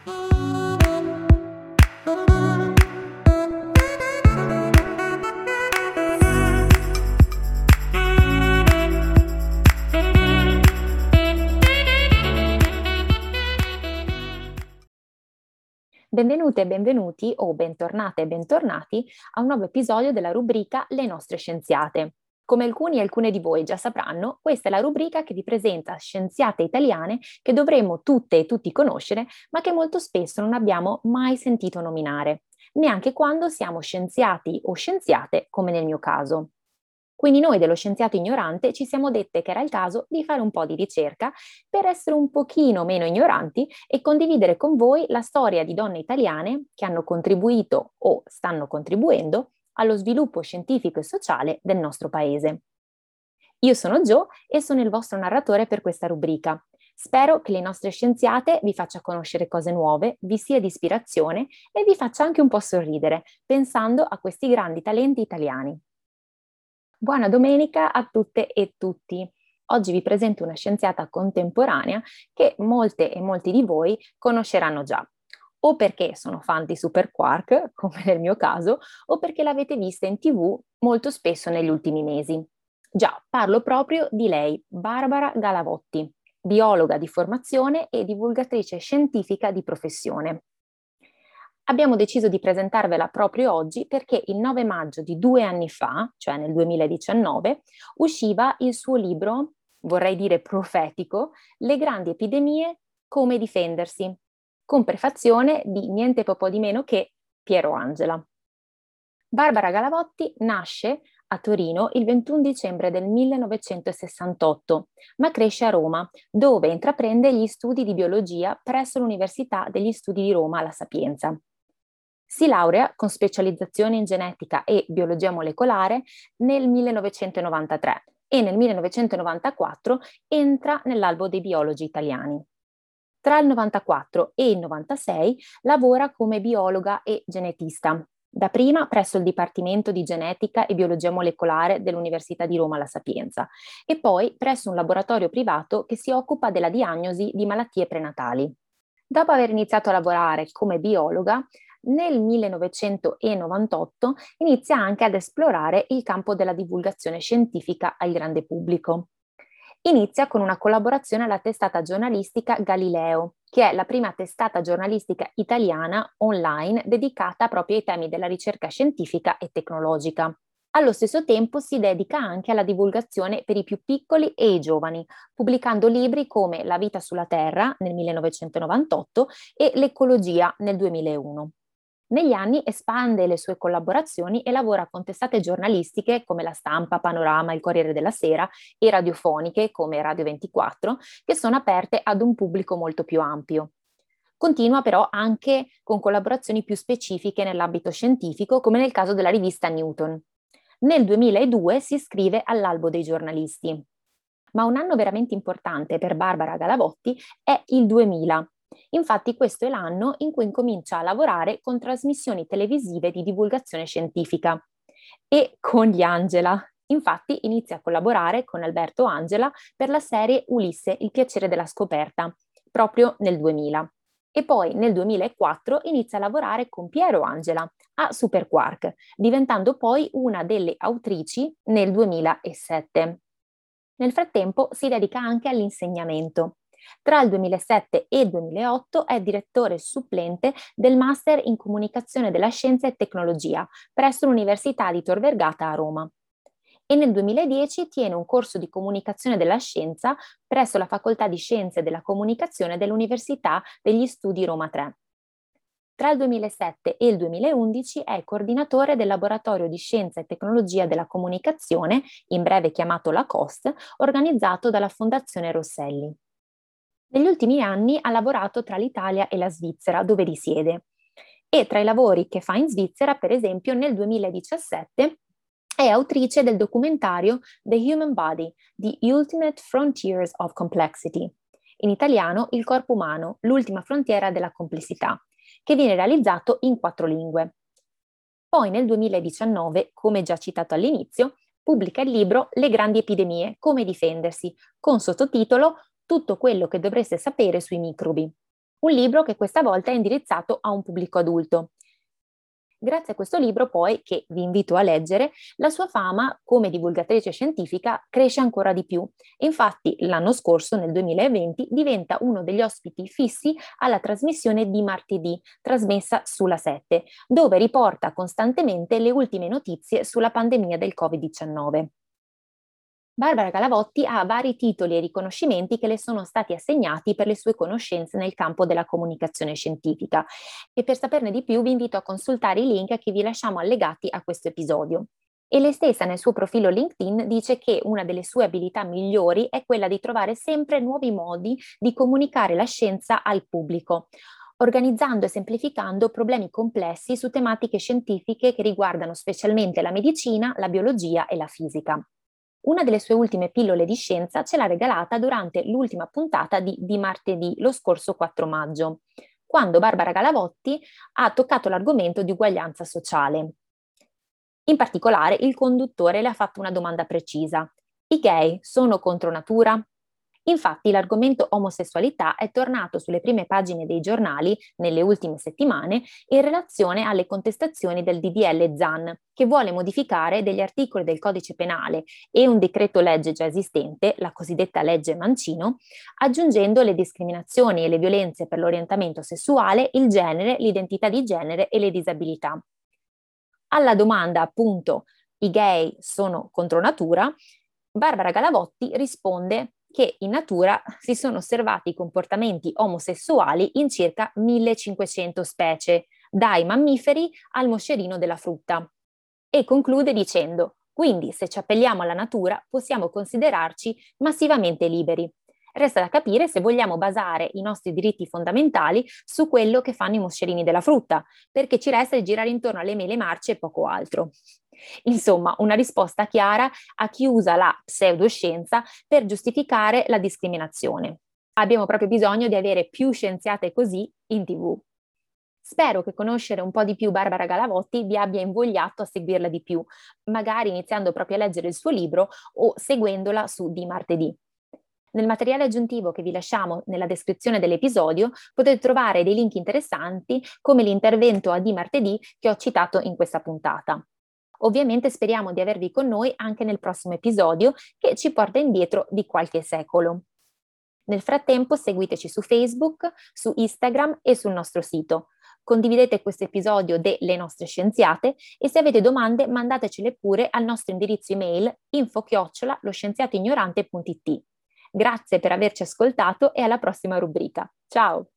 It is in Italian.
Benvenute e benvenuti o bentornate e bentornati a un nuovo episodio della rubrica Le nostre scienziate. Come alcuni e alcune di voi già sapranno, questa è la rubrica che vi presenta scienziate italiane che dovremmo tutte e tutti conoscere, ma che molto spesso non abbiamo mai sentito nominare, neanche quando siamo scienziati o scienziate, come nel mio caso. Quindi noi dello scienziato ignorante ci siamo dette che era il caso di fare un po' di ricerca per essere un pochino meno ignoranti e condividere con voi la storia di donne italiane che hanno contribuito o stanno contribuendo allo sviluppo scientifico e sociale del nostro paese. Io sono Jo e sono il vostro narratore per questa rubrica. Spero che le nostre scienziate vi faccia conoscere cose nuove, vi sia di ispirazione e vi faccia anche un po' sorridere, pensando a questi grandi talenti italiani. Buona domenica a tutte e tutti. Oggi vi presento una scienziata contemporanea che molte e molti di voi conosceranno già, o perché sono fan di Super Quark, come nel mio caso, o perché l'avete vista in TV molto spesso negli ultimi mesi. Già, parlo proprio di lei, Barbara Galavotti, biologa di formazione e divulgatrice scientifica di professione. Abbiamo deciso di presentarvela proprio oggi perché il 9 maggio di 2 anni fa, cioè nel 2019, usciva il suo libro, vorrei dire profetico, Le grandi epidemie, come difendersi, con prefazione di niente po' di meno che Piero Angela. Barbara Galavotti nasce a Torino il 21 dicembre del 1968, ma cresce a Roma, dove intraprende gli studi di biologia presso l'Università degli Studi di Roma La Sapienza. Si laurea con specializzazione in genetica e biologia molecolare nel 1993 e nel 1994 entra nell'albo dei biologi italiani. Tra il 94 e il 96 lavora come biologa e genetista, dapprima presso il Dipartimento di Genetica e Biologia Molecolare dell'Università di Roma La Sapienza e poi presso un laboratorio privato che si occupa della diagnosi di malattie prenatali. Dopo aver iniziato a lavorare come biologa, nel 1998 inizia anche ad esplorare il campo della divulgazione scientifica al grande pubblico. Inizia con una collaborazione alla testata giornalistica Galileo, che è la prima testata giornalistica italiana online dedicata proprio ai temi della ricerca scientifica e tecnologica. Allo stesso tempo si dedica anche alla divulgazione per i più piccoli e i giovani, pubblicando libri come La vita sulla Terra nel 1998 e L'ecologia nel 2001. Negli anni espande le sue collaborazioni e lavora con testate giornalistiche come La Stampa, Panorama, Il Corriere della Sera e radiofoniche come Radio 24, che sono aperte ad un pubblico molto più ampio. Continua però anche con collaborazioni più specifiche nell'ambito scientifico, come nel caso della rivista Newton. Nel 2002 si iscrive all'Albo dei giornalisti. Ma un anno veramente importante per Barbara Galavotti è il 2000. Infatti questo è l'anno in cui incomincia a lavorare con trasmissioni televisive di divulgazione scientifica e con gli Angela. Infatti inizia a collaborare con Alberto Angela per la serie Ulisse, il piacere della scoperta, proprio nel 2000. E poi nel 2004 inizia a lavorare con Piero Angela a Super Quark, diventando poi una delle autrici nel 2007. Nel frattempo si dedica anche all'insegnamento. Tra il 2007 e il 2008 è direttore supplente del Master in Comunicazione della Scienza e Tecnologia presso l'Università di Tor Vergata a Roma. E nel 2010 tiene un corso di comunicazione della scienza presso la Facoltà di Scienze della Comunicazione dell'Università degli Studi Roma 3. Tra il 2007 e il 2011 è coordinatore del Laboratorio di Scienza e Tecnologia della Comunicazione, in breve chiamato LACOST, organizzato dalla Fondazione Rosselli. Negli ultimi anni ha lavorato tra l'Italia e la Svizzera, dove risiede. E tra i lavori che fa in Svizzera, per esempio, nel 2017 è autrice del documentario The Human Body, The Ultimate Frontiers of Complexity. In italiano, Il corpo umano, l'ultima frontiera della complessità, che viene realizzato in 4 lingue. Poi nel 2019, come già citato all'inizio, pubblica il libro Le grandi epidemie, come difendersi, con sottotitolo Tutto quello che dovreste sapere sui microbi. Un libro che questa volta è indirizzato a un pubblico adulto. Grazie a questo libro, poi, che vi invito a leggere, la sua fama come divulgatrice scientifica cresce ancora di più. Infatti, l'anno scorso, nel 2020, diventa uno degli ospiti fissi alla trasmissione di martedì, trasmessa sulla 7, dove riporta costantemente le ultime notizie sulla pandemia del Covid-19. Barbara Galavotti ha vari titoli e riconoscimenti che le sono stati assegnati per le sue conoscenze nel campo della comunicazione scientifica e per saperne di più vi invito a consultare i link che vi lasciamo allegati a questo episodio. E lei stessa nel suo profilo LinkedIn dice che una delle sue abilità migliori è quella di trovare sempre nuovi modi di comunicare la scienza al pubblico, organizzando e semplificando problemi complessi su tematiche scientifiche che riguardano specialmente la medicina, la biologia e la fisica. Una delle sue ultime pillole di scienza ce l'ha regalata durante l'ultima puntata di martedì, lo scorso 4 maggio, quando Barbara Galavotti ha toccato l'argomento di uguaglianza sociale. In particolare, il conduttore le ha fatto una domanda precisa. I gay sono contro natura? Infatti, l'argomento omosessualità è tornato sulle prime pagine dei giornali nelle ultime settimane in relazione alle contestazioni del DDL ZAN, che vuole modificare degli articoli del codice penale e un decreto legge già esistente, la cosiddetta legge Mancino, aggiungendo le discriminazioni e le violenze per l'orientamento sessuale, il genere, l'identità di genere e le disabilità. Alla domanda, appunto, i gay sono contro natura, Barbara Galavotti risponde che in natura si sono osservati comportamenti omosessuali in circa 1500 specie, dai mammiferi al moscerino della frutta. E conclude dicendo: quindi se ci appelliamo alla natura possiamo considerarci massivamente liberi. Resta da capire se vogliamo basare i nostri diritti fondamentali su quello che fanno i moscerini della frutta, perché ci resta di girare intorno alle mele marce e poco altro. Insomma, una risposta chiara a chi usa la pseudoscienza per giustificare la discriminazione. Abbiamo proprio bisogno di avere più scienziate così in TV. Spero che conoscere un po' di più Barbara Galavotti vi abbia invogliato a seguirla di più, magari iniziando proprio a leggere il suo libro o seguendola su Di Martedì. Nel materiale aggiuntivo che vi lasciamo nella descrizione dell'episodio potete trovare dei link interessanti come l'intervento a Di Martedì che ho citato in questa puntata. Ovviamente speriamo di avervi con noi anche nel prossimo episodio che ci porta indietro di qualche secolo. Nel frattempo seguiteci su Facebook, su Instagram e sul nostro sito. Condividete questo episodio delle nostre scienziate e se avete domande mandatecele pure al nostro indirizzo email info@loscienziatoignorante.it. Grazie per averci ascoltato e alla prossima rubrica. Ciao!